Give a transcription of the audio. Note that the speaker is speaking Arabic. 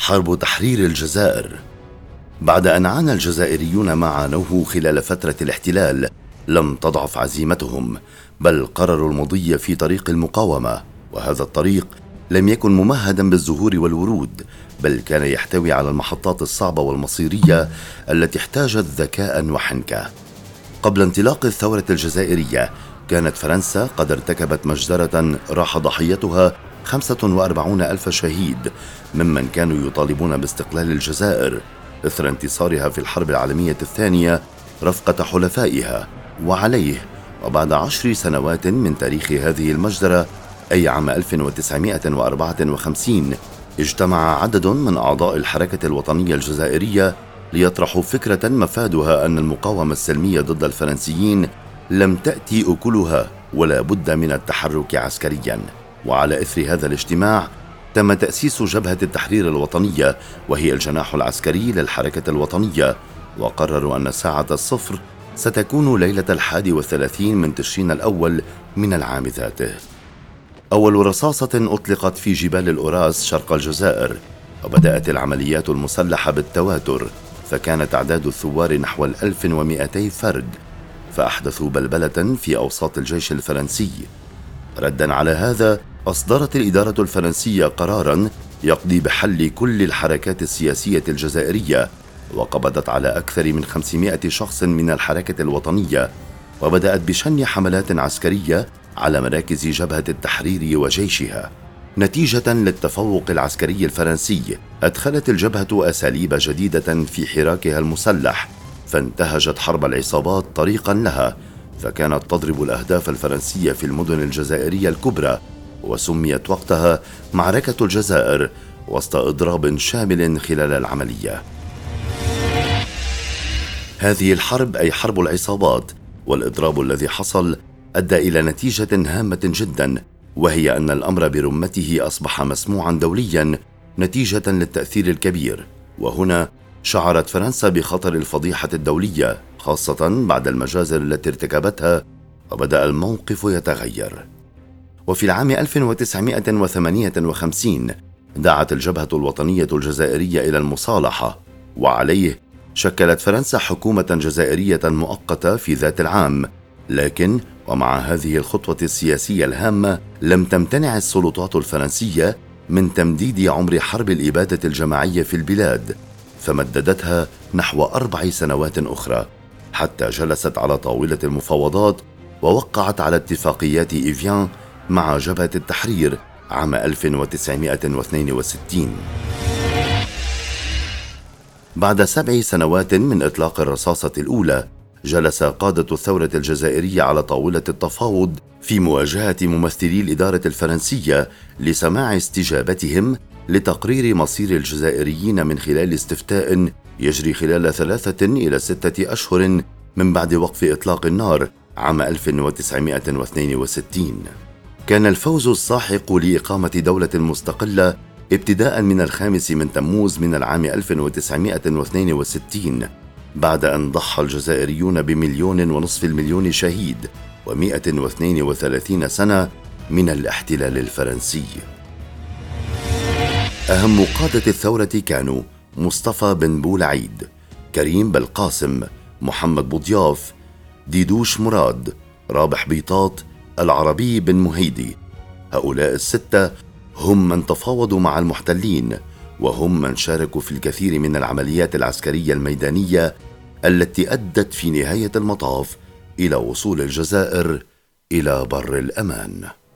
حرب تحرير الجزائر. بعد أن عانى الجزائريون ما عانوه خلال فترة الاحتلال، لم تضعف عزيمتهم، بل قرروا المضي في طريق المقاومة، وهذا الطريق لم يكن ممهدا بالزهور والورود، بل كان يحتوي على المحطات الصعبة والمصيرية التي احتاجت ذكاء وحنكة. قبل انطلاق الثورة الجزائرية كانت فرنسا قد ارتكبت مجزرة راح ضحيتها 45 ألف شهيد ممن كانوا يطالبون باستقلال الجزائر إثر انتصارها في الحرب العالمية الثانية رفقة حلفائها. وعليه وبعد 10 سنوات من تاريخ هذه المجزرة، أي عام 1954، اجتمع عدد من أعضاء الحركة الوطنية الجزائرية ليطرحوا فكرة مفادها أن المقاومة السلمية ضد الفرنسيين لم تأتي أكلها ولا بد من التحرك عسكريا. وعلى إثر هذا الاجتماع تم تأسيس جبهة التحرير الوطنية، وهي الجناح العسكري للحركة الوطنية، وقرروا أن ساعة الصفر ستكون ليلة 31 من تشرين الأول من العام ذاته. أول رصاصة أطلقت في جبال الأوراس شرق الجزائر، وبدأت العمليات المسلحة بالتواتر، فكان تعداد الثوار نحو 1200 فرد، فأحدثوا بلبلة في أوساط الجيش الفرنسي. رداً على هذا، أصدرت الإدارة الفرنسية قراراً يقضي بحل كل الحركات السياسية الجزائرية، وقبضت على أكثر من 500 شخص من الحركة الوطنية، وبدأت بشن حملات عسكرية على مراكز جبهة التحرير وجيشها. نتيجة للتفوق العسكري الفرنسي، أدخلت الجبهة أساليب جديدة في حراكها المسلح، فانتهجت حرب العصابات طريقاً لها، فكانت تضرب الأهداف الفرنسية في المدن الجزائرية الكبرى، وسميت وقتها معركة الجزائر وسط إضراب شامل خلال العملية. هذه الحرب أي حرب العصابات والإضراب الذي حصل أدى إلى نتيجة هامة جدا، وهي أن الأمر برمته أصبح مسموعا دوليا نتيجة للتأثير الكبير. وهنا شعرت فرنسا بخطر الفضيحة الدولية، خاصة بعد المجازر التي ارتكبتها، وبدأ الموقف يتغير. وفي العام 1958 دعت الجبهة الوطنية الجزائرية إلى المصالحة، وعليه شكلت فرنسا حكومة جزائرية مؤقتة في ذات العام. لكن ومع هذه الخطوة السياسية الهامة، لم تمتنع السلطات الفرنسية من تمديد عمر حرب الإبادة الجماعية في البلاد، فمددتها نحو 4 سنوات أخرى، حتى جلست على طاولة المفاوضات ووقعت على اتفاقيات إيفيان مع جبهة التحرير عام 1962. بعد 7 سنوات من إطلاق الرصاصة الأولى، جلس قادة الثورة الجزائرية على طاولة التفاوض في مواجهة ممثلي الإدارة الفرنسية لسماع استجابتهم لتقرير مصير الجزائريين من خلال استفتاء يجري خلال 3 إلى 6 أشهر من بعد وقف إطلاق النار عام 1962. كان الفوز الساحق لإقامة دولة مستقلة ابتداء من 5 من تموز من العام 1962، بعد أن ضحى الجزائريون ب1.5 مليون شهيد و132 سنة من الاحتلال الفرنسي. أهم قادة الثورة كانوا مصطفى بن بولعيد، كريم بالقاسم، محمد بوضياف، ديدوش مراد، رابح بيطاط، العربي بن مهيدي. هؤلاء ال6 هم من تفاوضوا مع المحتلين، وهم من شاركوا في الكثير من العمليات العسكرية الميدانية التي أدت في نهاية المطاف إلى وصول الجزائر إلى بر الأمان.